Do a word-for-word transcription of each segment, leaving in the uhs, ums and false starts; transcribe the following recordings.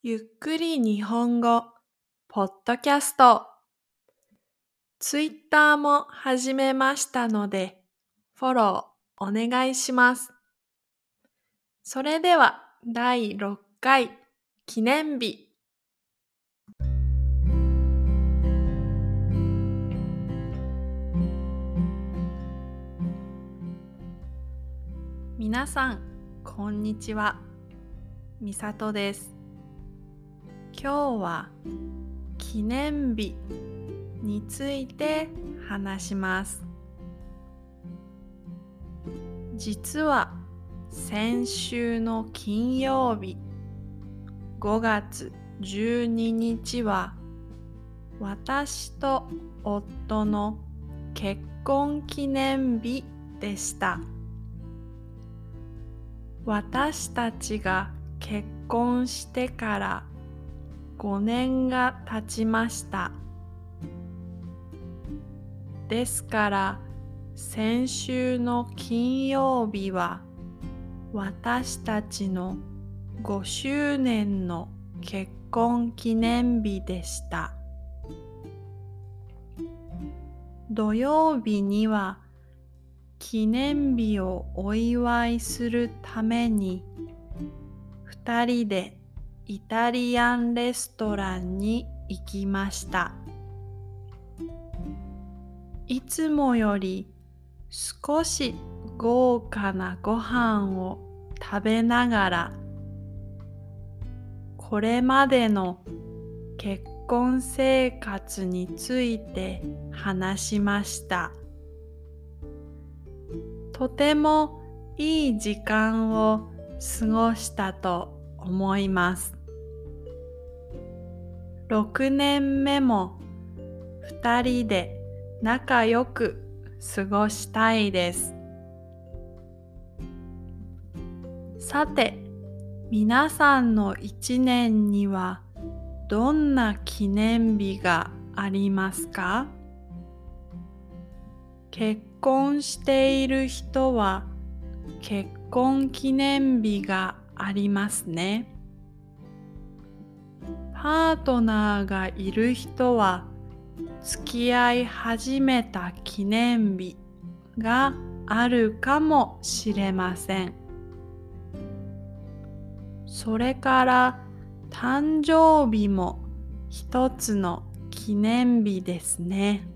ゆっくり日本語、ポッドキャスト。ツイッターも始めましたので、フォローお願いします。それでは、だいろっかい記念日。みなさん、こんにちは。みさとです。今日は記念日について話します。実は先週の金曜日、ごがつじゅうににちは私と夫の結婚記念日でした。私たちが結婚してからごねんが経ちました。ですから先週の金曜日は私たちのごしゅうねんの結婚記念日でした。土曜日には記念日をお祝いするためにふたりでイタリアンレストランに行きました。いつもより少し豪華なご飯を食べながら、これまでの結婚生活について話しました。とてもいい時間を過ごしたと思います。ろくねんめもふたりで仲良く過ごしたいです。さて、皆さんの一年にはどんな記念日がありますか？結婚している人は結婚記念日がありますね。パートナーがいる人は付き合い始めた記念日があるかもしれません。それから誕生日も一つの記念日ですね。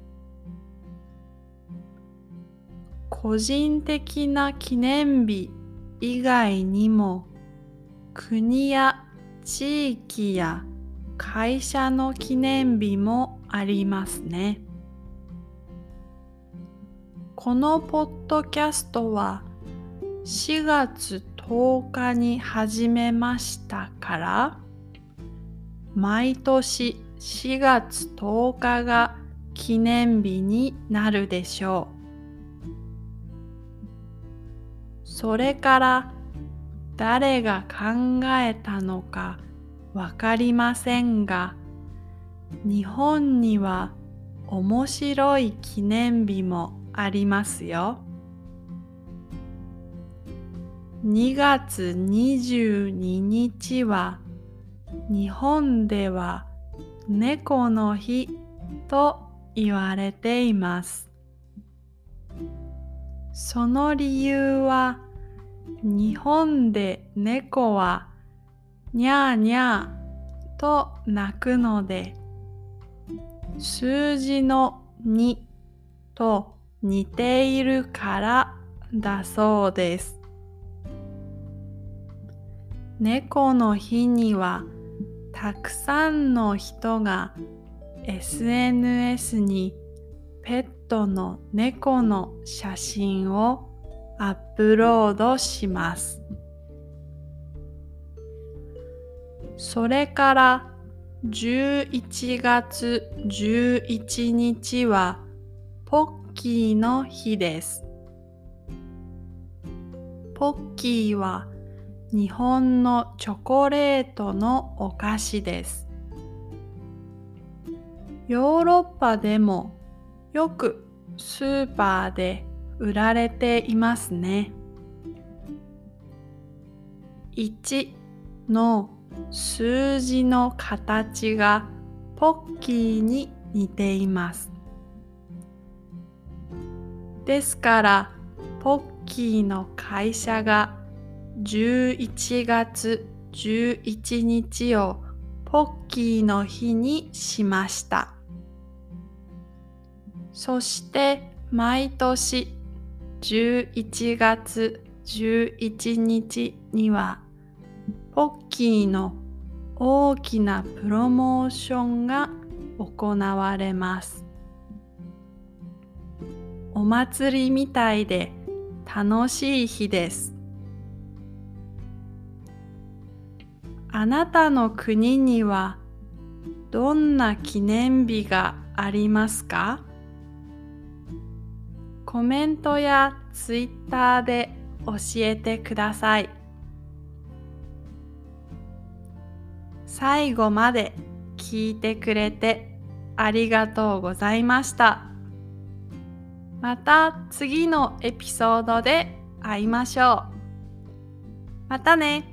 個人的な記念日以外にも、国や地域や会社の記念日もありますね。このポッドキャストはしがつとおかに始めましたから、毎年しがつとおかが記念日になるでしょう。それから誰が考えたのかわかりませんが、日本には面白い記念日もありますよ。にがつにじゅうににちは日本では猫の日と言われています。その理由は、日本で猫はにゃーにゃーと鳴くので、数字のにと似ているからだそうです。猫の日にはたくさんの人が エスエヌエス にペットの猫の写真をアップロードします。それからじゅういちがつじゅういちにちはポッキーの日です。ポッキーは日本のチョコレートのお菓子です。ヨーロッパでもよくスーパーで売られていますね。いちの数字の形がポッキーに似ています。ですから、ポッキーの会社がじゅういちがつじゅういちにちをポッキーの日にしました。そして毎年じゅういちがつじゅういちにちにはポッキーの大きなプロモーションが行われます。お祭りみたいで楽しい日です。あなたの国にはどんな記念日がありますか？コメントやツイッターで教えてください。最後まで聞いてくれてありがとうございました。また次のエピソードで会いましょう。またね。